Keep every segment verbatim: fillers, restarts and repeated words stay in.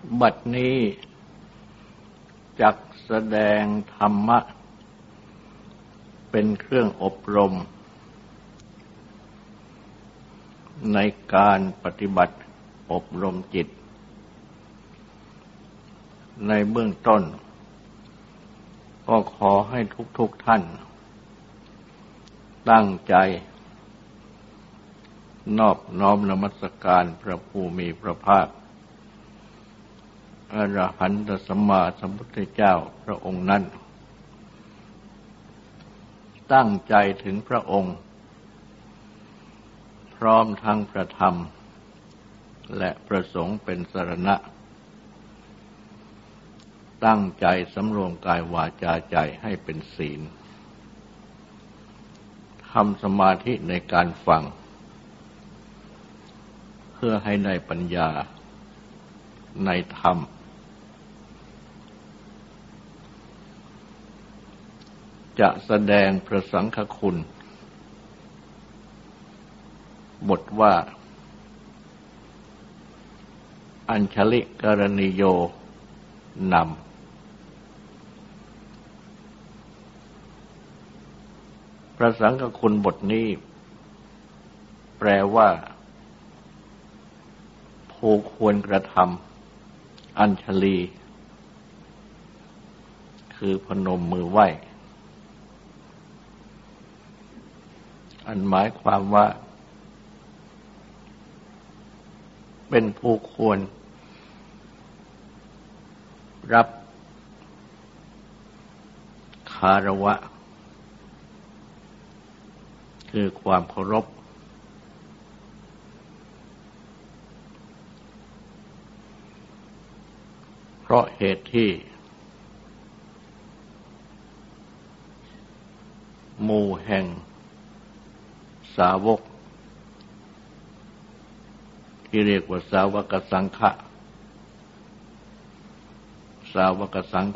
บัดนี้จักแสดงธรรมะเป็นเครื่องอบรมในการปฏิบัติอบรมจิตในเบื้องต้นก็ขอให้ทุกๆท่านตั้งใจนอบน้อมนมัสการพระผู้มีพระภาคอรหันตสัมมาสัมพุทธเจ้าพระองค์นั้นตั้งใจถึงพระองค์พร้อมทั้งพระธรรมและพระสงฆ์เป็นสรณะตั้งใจสำรวมกายวาจาใจให้เป็นศีลทำสมาธิในการฟังเพื่อให้ได้ปัญญาในธรรมจะแสดงพระสังฆคุณบทว่าอัญชลิกรณีโยนำพระสังฆคุณบทนี้แปลว่าผู้ควรกระทำอัญชลีคือพนมมือไหว้อันหมายความว่าเป็นผู้ควรรับคารวะคือความเคารพเพราะเหตุที่หมู่แห่งสาวกที่เรียกว่าสาวกสังฆะสาวกสังโฆ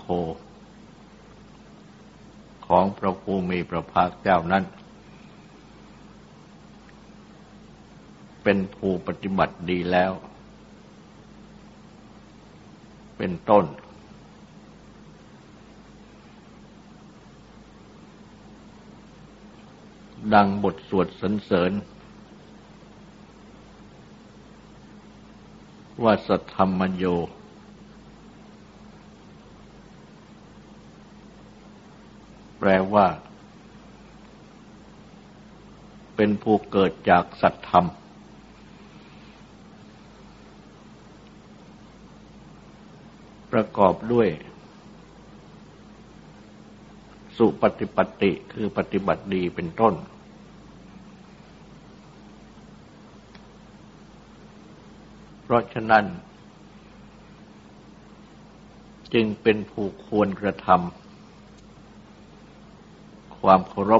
ของพระผู้มีพระภาคเจ้านั้นเป็นผู้ปฏิบัติดีแล้วเป็นต้นดังบทสวดสรรเสริญว่าสัทธัมมัญโยแปลว่าเป็นผู้เกิดจากสัตธรรมประกอบด้วยสุปฏิปัตติคือปฏิบัติดีเป็นต้นเพราะฉะนั้นจึงเป็นผู้ควรกระทำความเคารพ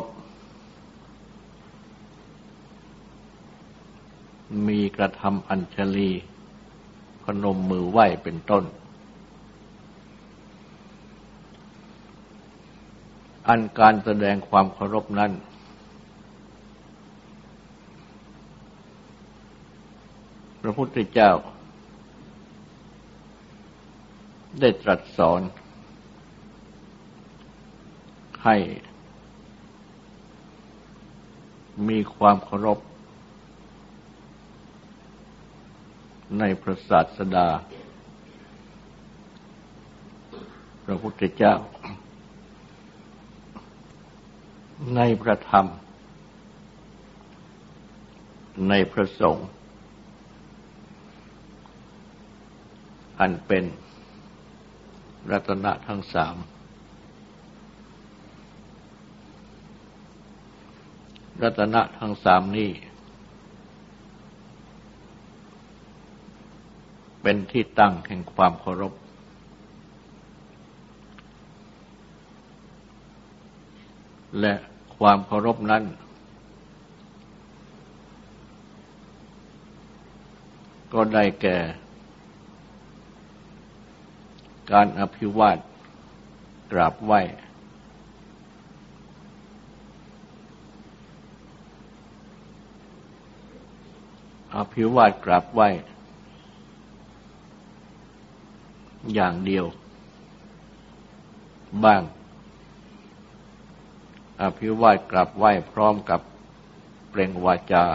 มีกระทำอัญชลีพนมมือไหว้เป็นต้นอันการแสดงความเคารพนั้นพระพุทธเจ้าได้ตรัสสอนให้มีความเคารพในพระศาสดาพระพุทธเจ้าในพระธรรมในพระสงฆ์อันเป็นรัตนะทั้งสามรัตนะทั้งสามนี้เป็นที่ตั้งแห่งความเคารพและความเคารพนั้นก็ได้แก่การอภิวาทกราบไหว้อภิวาทกราบไหว้อย่างเดียวบ้างอภิวาทกราบไหว้พร้อมกับเปล่งวาจา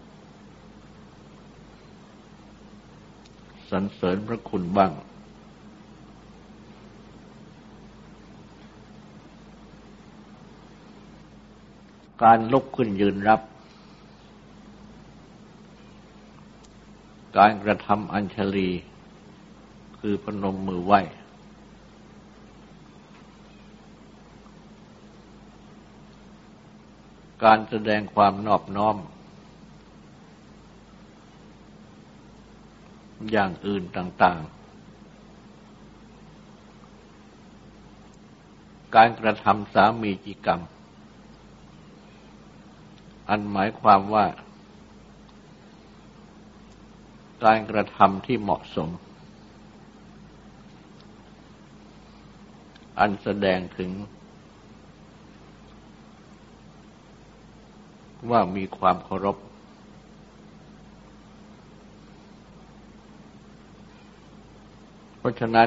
สรรเสริญพระคุณบ้างการลุกขึ้นยืนรับการกระทำอัญชลีคือพนมมือไหว้การแสดงความนอบน้อมอย่างอื่นต่างๆการกระทำสามีจิกรรมอันหมายความว่าการกระทำที่เหมาะสมอันแสดงถึงว่ามีความเคารพเพราะฉะนั้น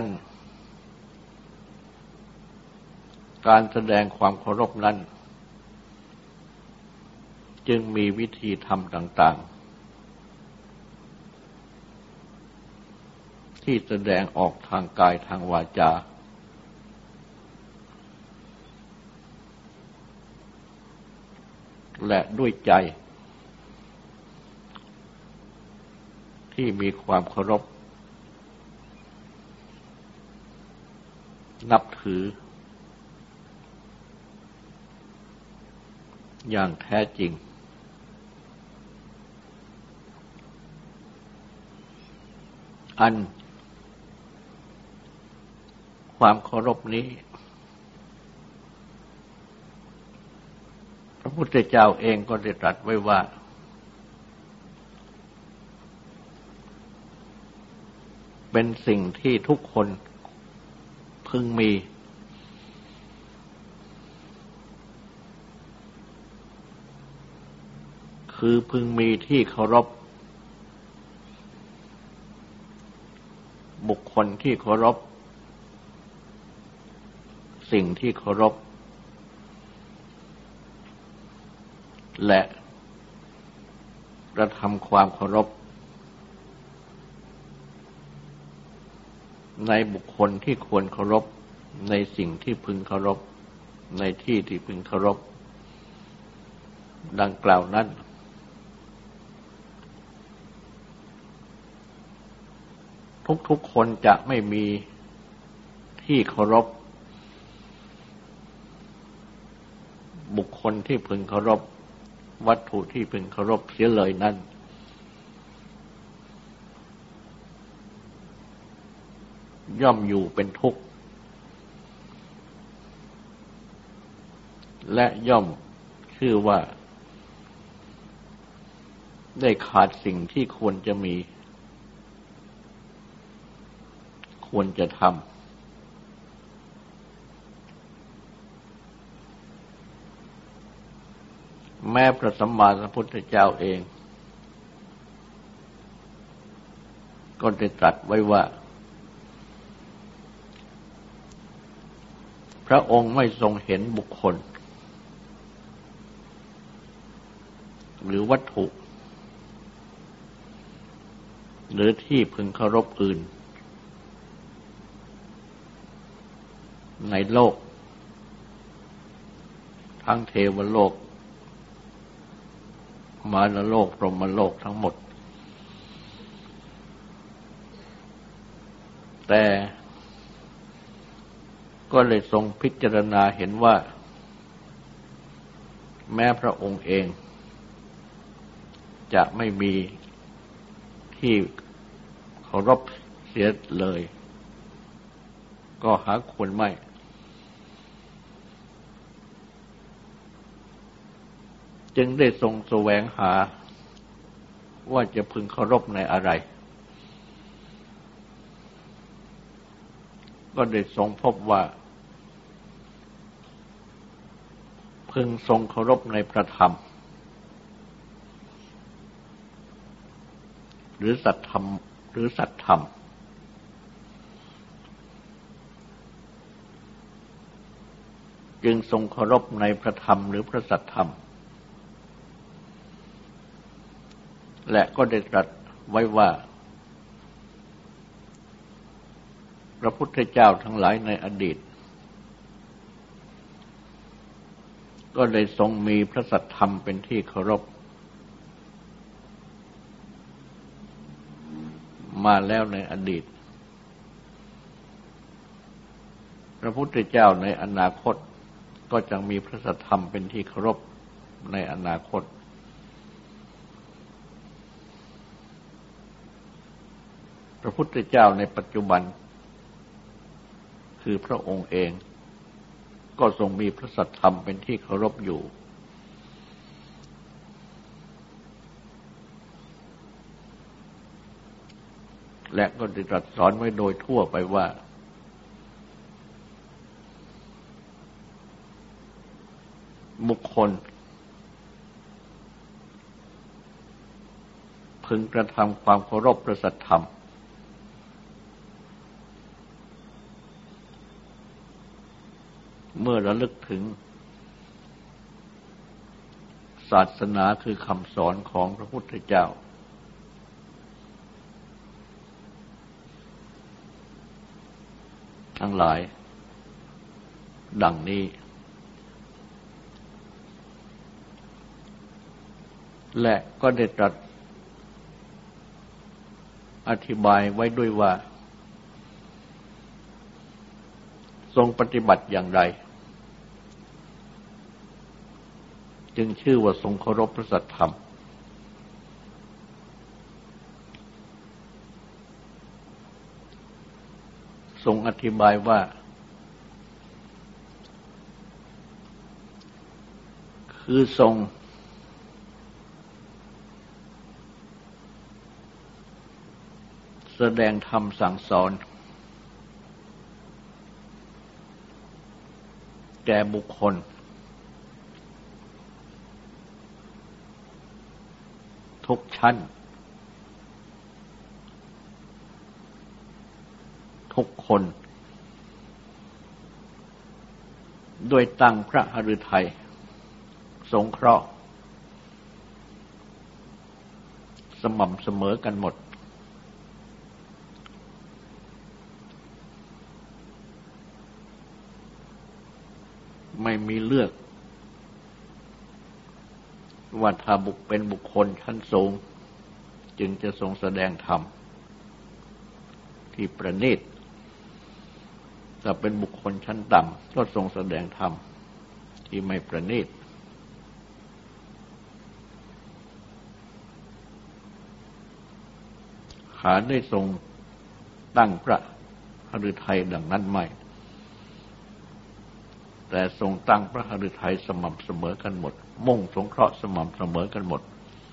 การแสดงความเคารพนั้นจึงมีวิธีทำต่างๆที่แสดงออกทางกายทางวาจาและด้วยใจที่มีความเคารพนับถืออย่างแท้จริงอันความเคารพนี้พระพุทธเจ้าเองก็ได้ตรัสไว้ว่าเป็นสิ่งที่ทุกคนพึงมีคือพึงมีที่เคารพบุคคลที่เคารพสิ่งที่เคารพและกระทำความเคารพในบุคคลที่ควรเคารพในสิ่งที่พึงเคารพในที่ที่พึงเคารพดังกล่าวนั้นทุกๆคนจะไม่มีที่เคารพบุคคลที่พึงเคารพวัตถุที่พึงเคารพเสียเลยนั้นย่อมอยู่เป็นทุกข์และย่อมชื่อว่าได้ขาดสิ่งที่ควรจะมีควรจะทำแม้พระสัมมาสัมพุทธเจ้าเองก็ได้ตรัสไว้ว่าพระองค์ไม่ทรงเห็นบุคคลหรือวัตถุหรือที่พึงเคารพอื่นในโลกทั้งเทวโลกมารโลกพรหมโลกทั้งหมดแต่ก็เลยทรงพิจารณาเห็นว่าแม้พระองค์เองจะไม่มีที่เคารพเสียเลยก็หาควรไม่จึงได้ทรงแสวงหาว่าจะพึงเคารพในอะไรก็ได้ทรงพบว่าพึงทรงเคารพในพระธรรมหรือสัตธรรมหรือสัตธรรมจึงทรงเคารพในพระธรรมหรือพระสัทธรรมและก็ได้ตรัสไว้ว่าพระพุทธเจ้าทั้งหลายในอดีตก็ได้ทรงมีพระสัทธรรมเป็นที่เคารพมาแล้วในอดีตพระพุทธเจ้าในอนาคตก็จะมีพระสัทธรรมเป็นที่เคารพในอนาคตพระพุทธเจ้าในปัจจุบันคือพระองค์เองก็ทรงมีพระสัทธรรมเป็นที่เคารพอยู่และก็ได้ตรัสสอนไว้โดยทั่วไปว่าบุคคลพึงกระทำความเคารพพระสัทธรรมเมื่อระลึกถึงศาสนาคือคำสอนของพระพุทธเจ้าทั้งหลายดังนี้และก็ได้ตรัสอธิบายไว้ด้วยว่าทรงปฏิบัติอย่างไรจึงชื่อว่าทรงเคารพพระสัทธรรมทรงอธิบายว่าคือทรงแสดงธรรมสั่งสอนแก่บุคคลทุกชั้นทุกคนโดยตั้งพระหฤทัยสงเคราะห์สม่ำเสมอกันหมดไม่มีเลือกว่าถ้าบุคเป็นบุคคลชั้นสูงจึงจะทรงแสดงธรรมที่ประณีตถ้าเป็นบุคคลชั้นต่ำก็ทรงแสดงธรรมที่ไม่ประณีตหาได้ทรงตั้งพระหฤทัยดังนั้นไม่แต่ทรงตั้งพระหฤทัยสม่ำเสมอกันหมดมุ่งสงเคราะห์สม่ำเสมอกันหมด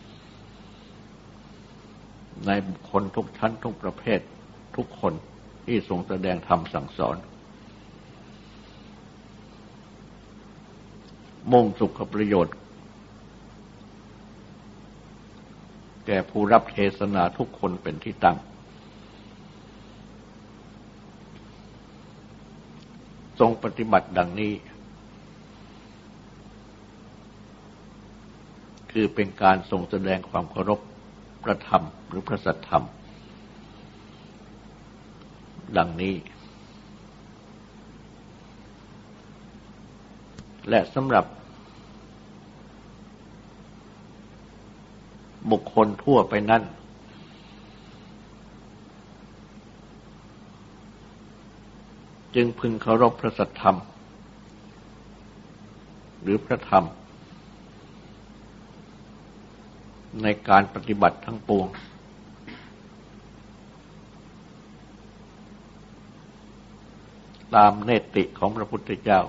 ในบุคคลทุกชั้นทุกประเภททุกคนที่ทรงแสดงธรรมสั่งสอนมุ่งสุขประโยชน์แก่ผู้รับเทศนาทุกคนเป็นที่ตั้งทรงปฏิบัติดังนี้คือเป็นการทรงแสดงความเคารพพระธรรมหรือพระสัทธรรมดังนี้และสำหรับบุคคลทั่วไปนั้นจึงพึงเคารพพระสัทธรรมหรือพระธรรมในการปฏิบัติทั้งปวงตามเนติของพระพุทธเจ้า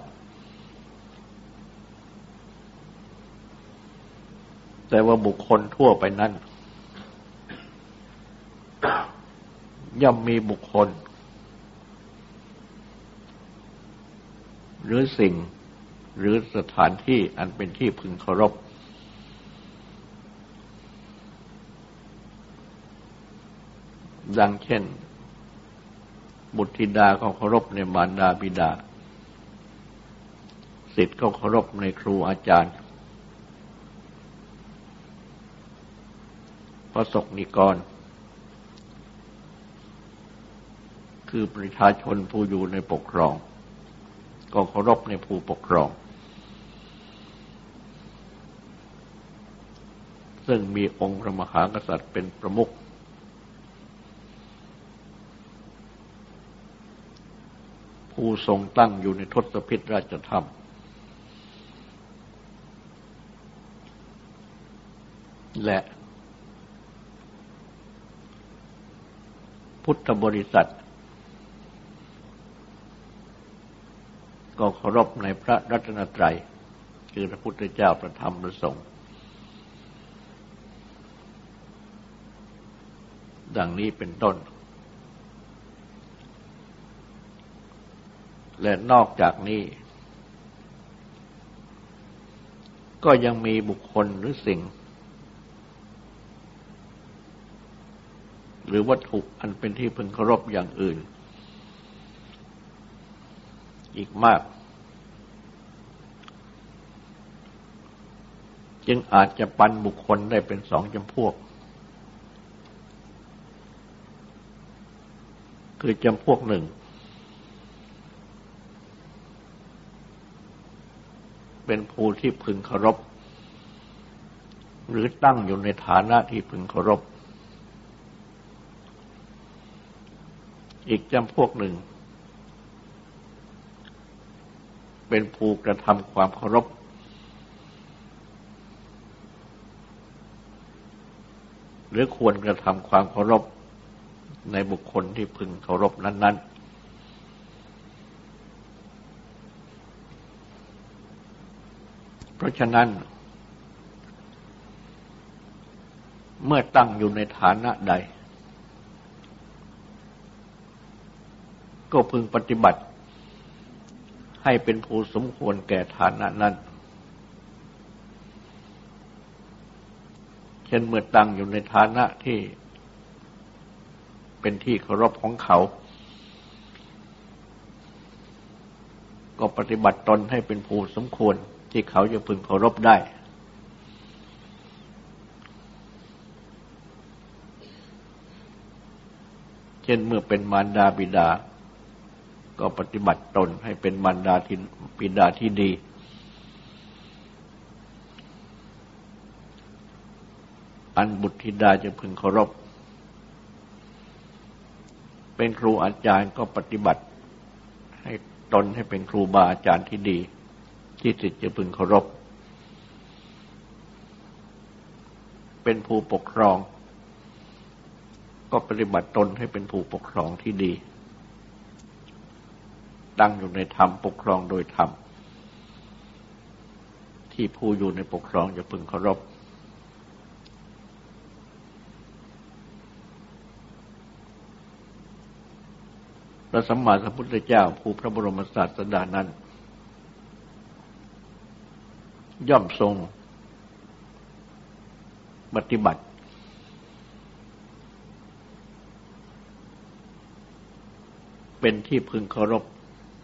แต่ว่าบุคคลทั่วไปนั้นย่อมมีบุคคลหรือสิ่งหรือสถานที่อันเป็นที่พึงเคารพดังเช่นบุตรธิดาก็เคารพในมารดาบิดาศิษย์ก็เคารพในครูอาจารย์พระสงฆ์นิกรคือประชาชนผู้อยู่ในปกครองก็เคารพในผู้ปกครองซึ่งมีองค์พระมหากษัตริย์เป็นประมุขผู้ทรงตั้งอยู่ในทศพิธราชธรรมและพุทธบริษัทก็เคารพในพระรัตนตรัยคือพระพุทธเจ้าพระธรรมพระสงฆ์ดังนี้เป็นต้นและนอกจากนี้ก็ยังมีบุคคลหรือสิ่งหรือวัตถุอันเป็นที่พึงเคารพอย่างอื่นอีกมากจึงอาจจะปันบุคคลได้เป็นสองจำพวกคือจำพวกหนึ่งเป็นผู้ที่พึงเคารพหรือตั้งอยู่ในฐานะที่พึงเคารพอีกจำพวกหนึ่งเป็นผู้กระทำความเคารพหรือควรกระทำความเคารพในบุคคลที่พึงเคารพนั้นๆเพราะฉะนั้นเมื่อตั้งอยู่ในฐานะใดก็พึงปฏิบัติให้เป็นผู้สมควรแก่ฐานะนั้นเช่นเมื่อตั้งอยู่ในฐานะที่เป็นที่เคารพของเขาก็ปฏิบัติตนให้เป็นผู้สมควรที่เขาจะพึงเคารพได้เช่นเมื่อเป็นมารดาบิดาก็ปฏิบัติตนให้เป็นมารดาที่บิดาที่ดีอันบุตรธิดาจะพึงเคารพเป็นครูอาจารย์ก็ปฏิบัติให้ตนให้เป็นครูบาอาจารย์ที่ดีที่ศิษย์จะพึงเคารพเป็นผู้ปกครองก็ปฏิบัติตนให้เป็นผู้ปกครองที่ดีตั้งอยู่ในธรรมปกครองโดยธรรมที่ผู้อยู่ในปกครองจะพึงเคารพพระสัมมาสัมพุทธเจ้าผู้พระบรมศาสดานั้นย่อมทรงปฏิบัติเป็นที่พึงเคารพ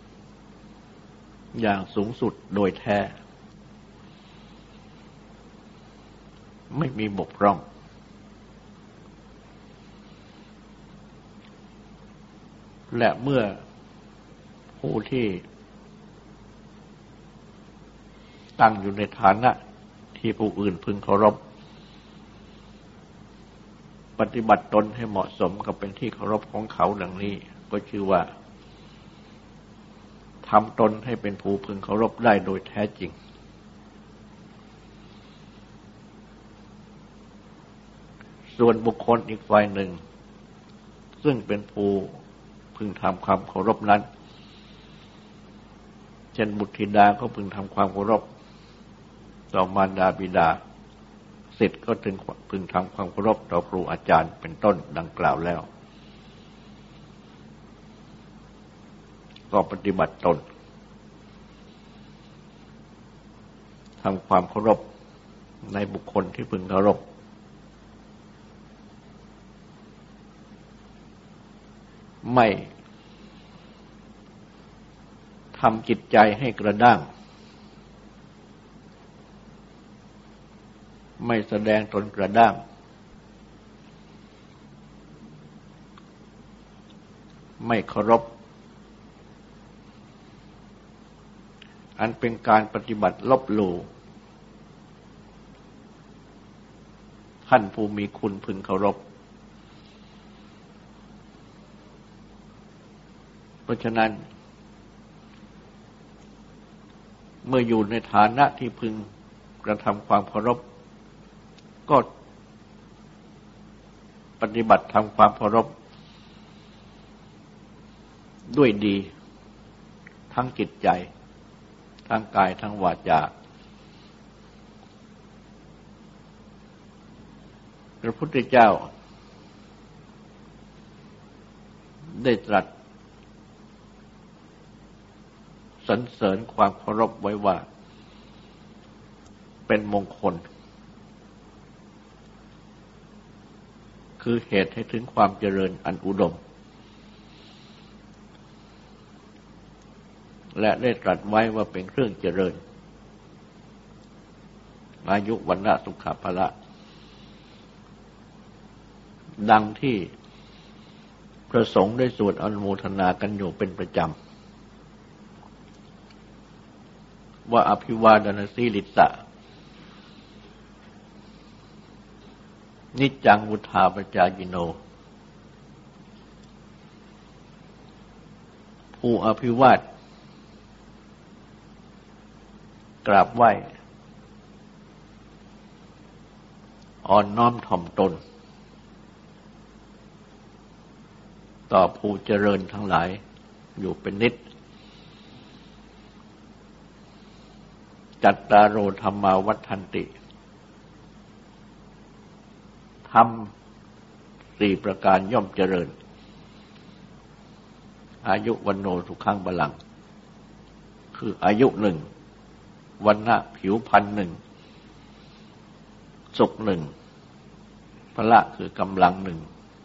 อย่างสูงสุดโดยแท้ไม่มีบกพร่องและเมื่อผู้ที่ตั้งอยู่ในฐานะที่ผู้อื่นพึงเคารพปฏิบัติตนให้เหมาะสมกับเป็นที่เคารพของเขาดังนี้ก็ชื่อว่าทำตนให้เป็นผู้พึงเคารพได้โดยแท้จริงส่วนบุคคลอีกฝ่ายหนึ่งซึ่งเป็นผู้พึงทำความเคารพนั้นเช่นบุตรธิดาก็พึงทำความเคารพต่อมารดาบิดาศิษย์ก็ถึงพึงทำความเคารพต่อครูอาจารย์เป็นต้นดังกล่าวแล้วก็ปฏิบัติตนทำความเคารพในบุคคลที่พึงเคารพไม่ทำจิตใจให้กระด้างไม่แสดงตนกระด้างไม่เคารพอันเป็นการปฏิบัติลบหลู่ท่านผู้มีคุณพึงเคารพเพราะฉะนั้นเมื่ออยู่ในฐานะที่พึงกระทำความเคารพก็ปฏิบัติทำความเคารพด้วยดีทั้งจิตใจทั้งกายทั้งวาจาพระพุทธเจ้าได้ตรัสสรรเสริญความเคารพไว้ว่าเป็นมงคลคือเหตุให้ถึงความเจริญอันอุดมและได้ตรัสไว้ว่าเป็นเครื่องเจริญอายุวรรณะสุขภละดังที่พระสงฆ์ได้สวดอนุโมทนากันอยู่เป็นประจำว่าอภิวาทนาสีลิสะนิจจังวุธาปจายโนผู้อภิวาทกราบไหว้อ่อนน้อมถ่อมตนต่อผู้เจริญทั้งหลายอยู่เป็นนิจจัตตารโอธัมมาวัฏฏันติธรรมสี่ประการย่อมเจริญอายุวันโนสุขังบลังคืออายุหนึ่งวรรณะผิวพรรณหนึ่งสุขหนึ่งพละคือกำลังหนึ่ง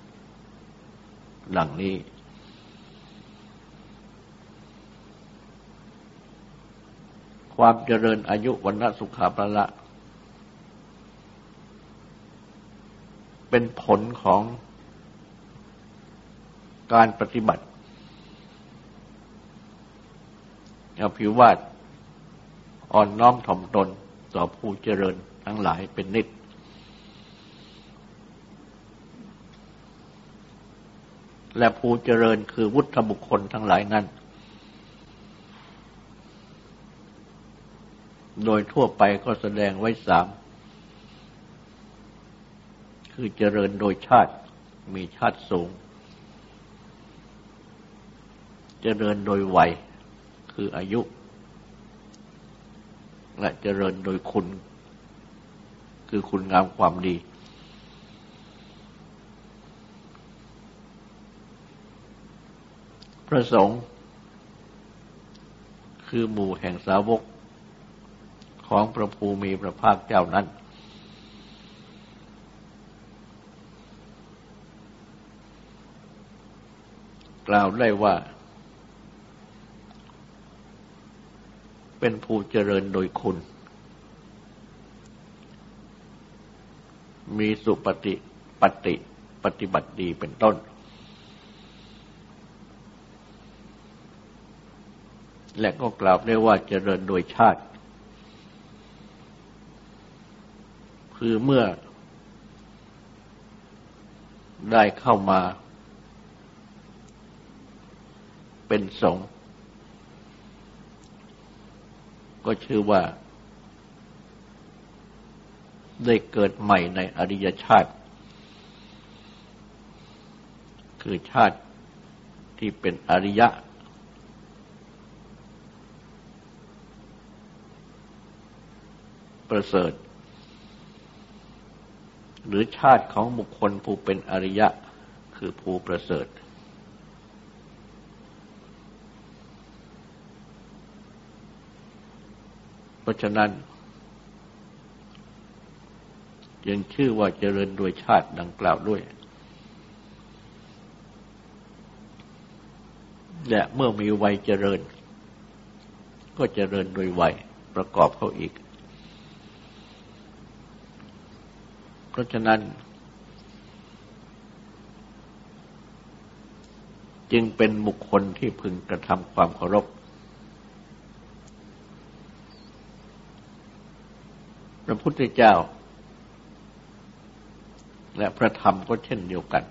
ดังนี้ความเจริญอายุวรรณะสุขพละเป็นผลของการปฏิบัติอภิวาทอ่อนน้อมถ่อมตนต่อผู้เจริญทั้งหลายเป็นนิจและผู้เจริญคือวุฒิบุคคลทั้งหลายนั้นโดยทั่วไปก็แสดงไว้สามคือเจริญโดยชาติมีชาติสูงเจริญโดยวัยคืออายุและเจริญโดยคุณคือคุณงามความดีพระสงฆ์คือหมู่แห่งสาวกของพระภูมิพระภาคเจ้านั้นกล่าวได้ว่าเป็นผู้เจริญโดยคุณมีสุปฏิปฏิปฏิบัติดีเป็นต้นและก็กล่าวได้ว่าเจริญโดยชาติคือเมื่อได้เข้ามาเป็นสงฆ์ก็ชื่อว่าได้เกิดใหม่ในอริยชาติคือชาติที่เป็นอริยะประเสริฐหรือชาติของบุคคลผู้เป็นอริยะคือผู้ประเสริฐเพราะฉะนั้นยังชื่อว่าเจริญโดยชาติดังกล่าวด้วยและเมื่อมีวัยเจริญก็เจริญโดยวัยประกอบเข้าอีกเพราะฉะนั้นจึงเป็นบุคคลที่พึงกระทำความเคารพพระพุทธเจ้าและพระธรรมก็เช่นเดียวกัน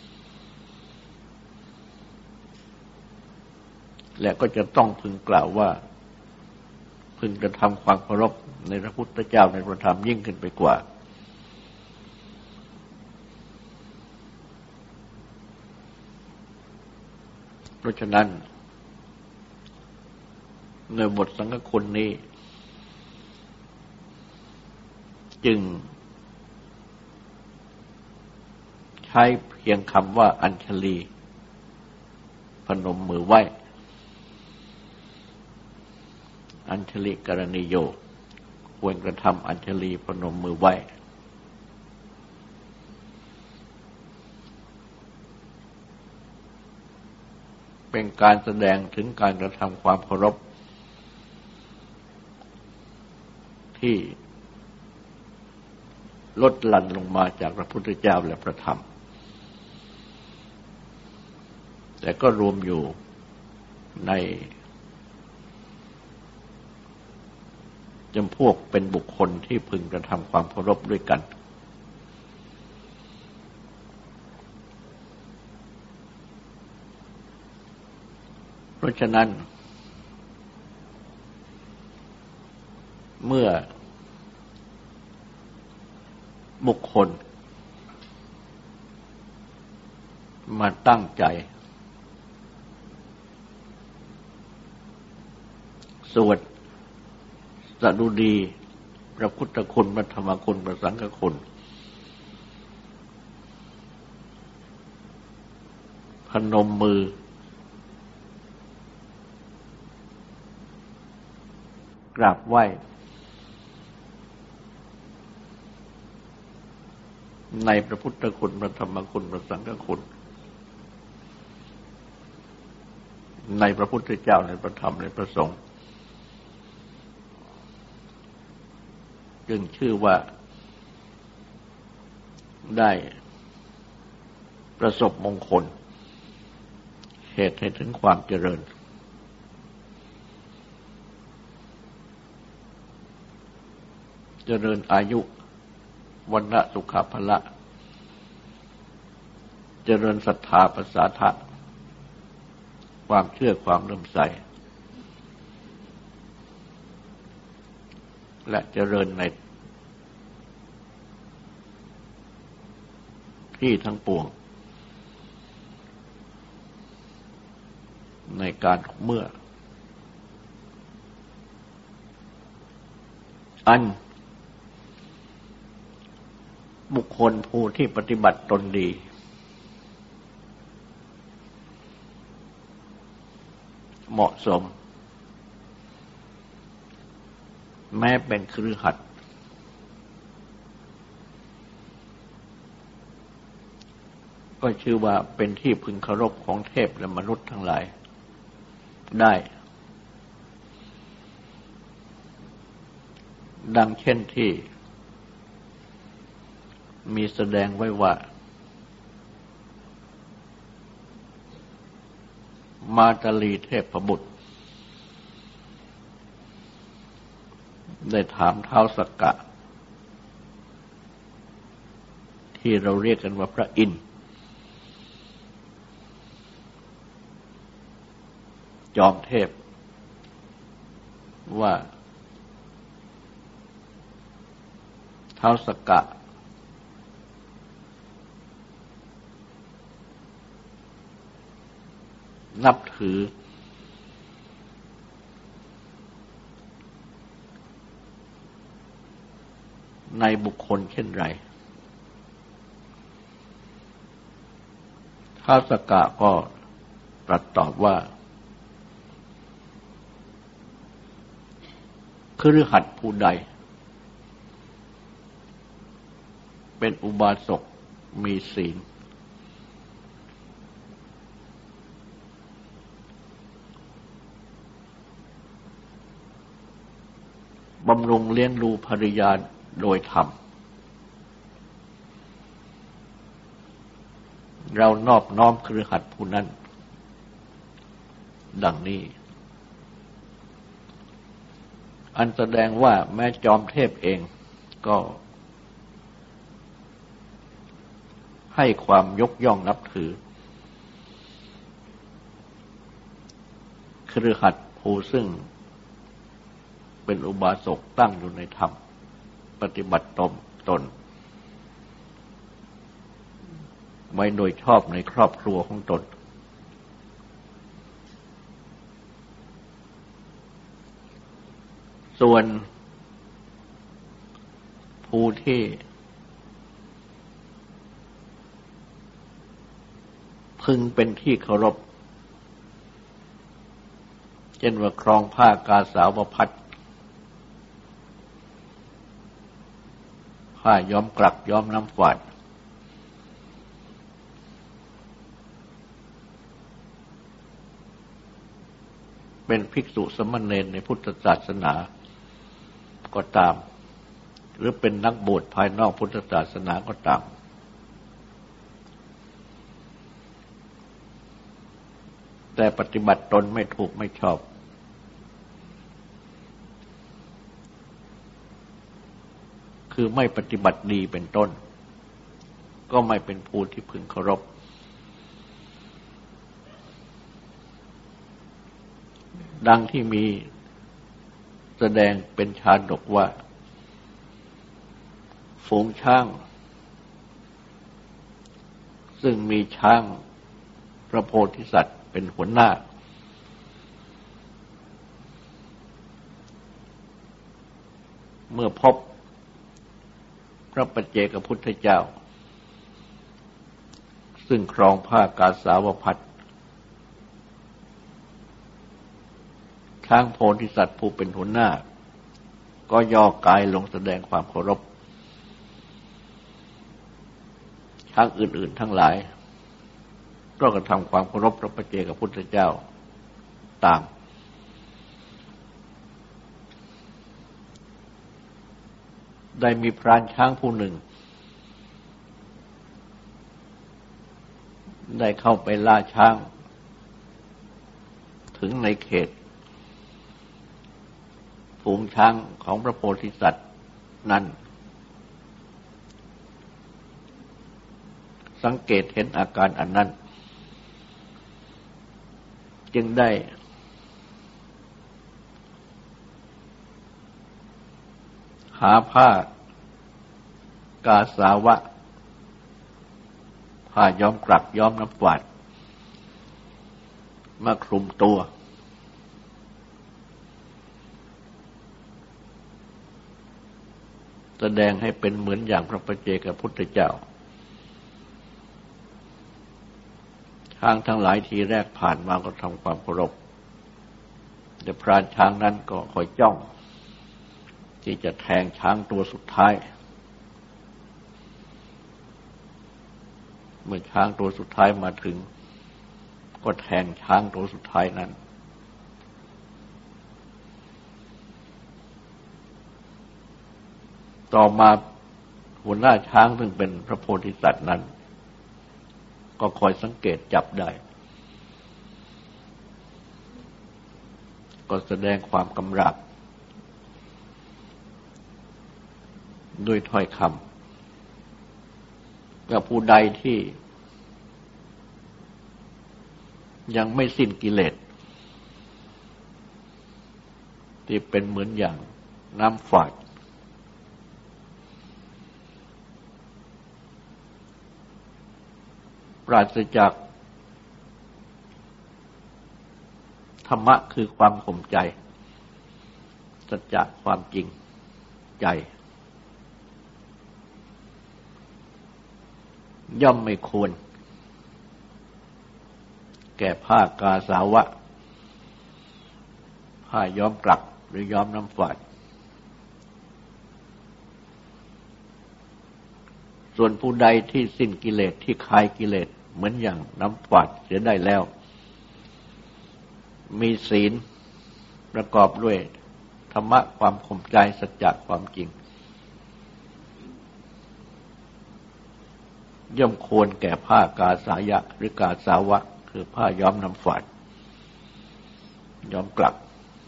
และก็จะต้องพึงกล่าวว่าพึงกระทำความเคารพในพระพุทธเจ้าในพระธรรมยิ่งขึ้นไปกว่าเพราะฉะนั้นในบทสังฆคุณนี้จึงใช้เพียงคำว่าอัญชลีพนมมือไหว้อัญชลีกรณีโยควรกระทำอัญชลีพนมมือไหว้เป็นการแสดงถึงการกระทำความเคารพที่ลดหลั่นลงมาจากพระพุทธเจ้าและพระธรรมแต่ก็รวมอยู่ในจำพวกเป็นบุคคลที่พึงกระทำความเคารพด้วยกันเพราะฉะนั้นเมื่อบุคคลมาตั้งใจสวดสดุดีพระพุทธคุณพระธรรมคุณพระสังฆคุณพนมมือกราบไหว้ในพระพุทธคุณพระธรรมคุณพระสังฆคุณในพระพุทธเจ้าในพระธรรมในพระสงฆ์จึงชื่อว่าได้ประสบมงคลเหตุให้ถึงความเจริญเจริญอายุวันนะสุขภละเจริญศรัทธาประสาทะความเชื่อความเลื่อมใสและเจริญในที่ทั้งปวงในการเมื่ออันบุคคลผู้ที่ปฏิบัติตนดีเหมาะสมแม้เป็นคฤหัสถ์ก็ชื่อว่าเป็นที่พึงเคารพของเทพและมนุษย์ทั้งหลายได้ดังเช่นที่มีแสดงไว้ว่ามาตาลีเทพบุตรได้ถามท้าวสักกะที่เราเรียกกันว่าพระอินทร์จอมเทพว่าท้าวสักกะนับถือในบุคคลเช่นไรท้าวสักกะก็ตรัสตอบว่าคฤหัสถ์ผู้ใดเป็นอุบาสกมีศีลบำรุงเลี้ยงดูภริยาโดยธรรมเรานอบน้อมคฤหัสถ์ผู้นั้นดังนี้อันแสดงว่าแม้จอมเทพเองก็ให้ความยกย่องนับถือคฤหัสถ์ผู้ซึ่งเป็นอุบาสกตั้งอยู่ในธรรมปฏิบัติตนตนไว้โดยชอบในครอบครัวของตนส่วนผู้ที่พึงเป็นที่เคารพเช่นว่าครองผ้ากาสาวพัสผ้าย้อมกลักย้อมน้ำฝาดเป็นภิกษุสมณเณรในพุทธศาสนาก็ตามหรือเป็นนักบวชภายนอกพุทธศาสนาก็ตามแต่ปฏิบัติตนไม่ถูกไม่ชอบคือไม่ปฏิบัติดีเป็นต้นก็ไม่เป็นผู้ที่พึงเคารพดังที่มีแสดงเป็นชาดกว่าฝูงช้างซึ่งมีช้างพระโพธิสัตว์เป็นหัวหน้าเมื่อพบพระปัจเจกพุทธเจ้าซึ่งครองผ้ากาสาวพัสช้างโพธิสัตว์ผู้เป็นหัวหน้าก็ย่อกายลงแสดงความเคารพช้างอื่นๆทั้งหลายก็กระทำความเคารพพระปัจเจกพุทธเจ้าตามได้มีพรานช้างผู้หนึ่งได้เข้าไปล่าช้างถึงในเขตฝูงช้างของพระโพธิสัตว์นั้นสังเกตเห็นอาการอันนั้นจึงได้หาผ้ากาสาวะผ้าย้อมกลักย้อมน้ำฝาดมาคลุมตัวแสดงให้เป็นเหมือนอย่างพระปัจเจกพุทธเจ้าช้างทั้งหลายทีแรกผ่านมาก็ทำความเคารพแต่พรานช้างนั้นก็คอยจ้องที่จะแทงช้างตัวสุดท้ายเมื่อช้างตัวสุดท้ายมาถึงก็แทงช้างตัวสุดท้ายนั้นต่อมาหัวหน้าช้างซึ่งเป็นพระโพธิสัตว์นั้นก็คอยสังเกตจับได้ก็แสดงความกำราบด้วยถ้อยคำกับผู้ใดที่ยังไม่สิ้นกิเลสที่เป็นเหมือนอย่างน้ำฝาดปราศจากธรรมะคือความข่มใจสัจจะความจริงใจย่อมไม่ควรแก่ผ้ากาสาวะผ้าย้อมกลักหรือย้อมน้ำฝาดส่วนผู้ใดที่สิ้นกิเลสที่คลายกิเลสเหมือนอย่างน้ำฝาดเสียได้แล้วมีศีลประกอบด้วยธรรมะความข่มใจสัจจะความจริงย่อมควรแก่ผ้ากาสายะหรือกาสาวะคือผ้าย้อมน้ำฝาดย้อมกลัก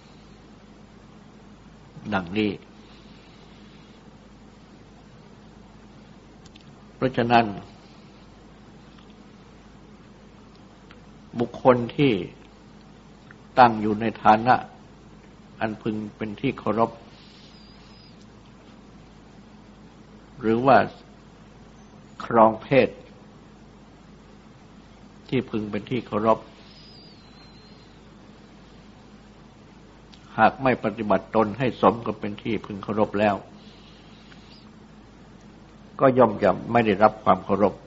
ดังนี้เพราะฉะนั้นบุคคลที่ตั้งอยู่ในฐานะอันพึงเป็นที่เคารพหรือว่าครองเพศที่พึงเป็นที่เคารพหากไม่ปฏิบัติตนให้สมกับเป็นที่พึงเคารพแล้วก็ย่อมจะไม่ได้รับความเคารพ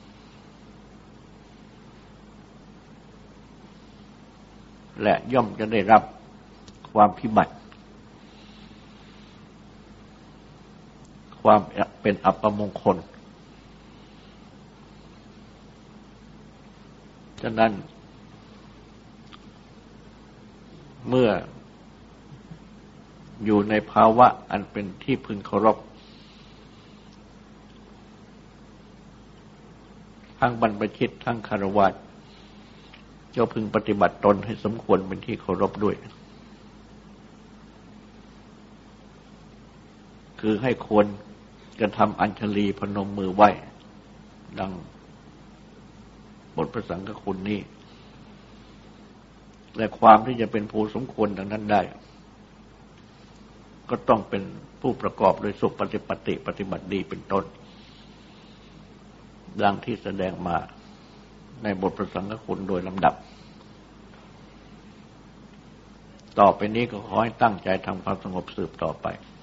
และย่อมจะได้รับความพิบัติความเป็นอัปมงคลฉะนั้นเมื่ออยู่ในภาวะอันเป็นที่พึงเคารพทั้งบรรพชิตทั้งคฤหัสถ์ก็พึงปฏิบัติตนให้สมควรเป็นที่เคารพด้วยคือให้ควรกระทำอัญชลีพนมมือไหว้ดังบทพระสังฆคุณนี้และความที่จะเป็นผู้สมควรดังนั้นได้ก็ต้องเป็นผู้ประกอบโดยสุปฏิปัติปฏิบัติดีเป็นต้นดังที่แสดงมาในบทพระสังฆคุณโดยลำดับต่อไปนี้ก็ขอให้ตั้งใจทำความสงบสืบต่อไป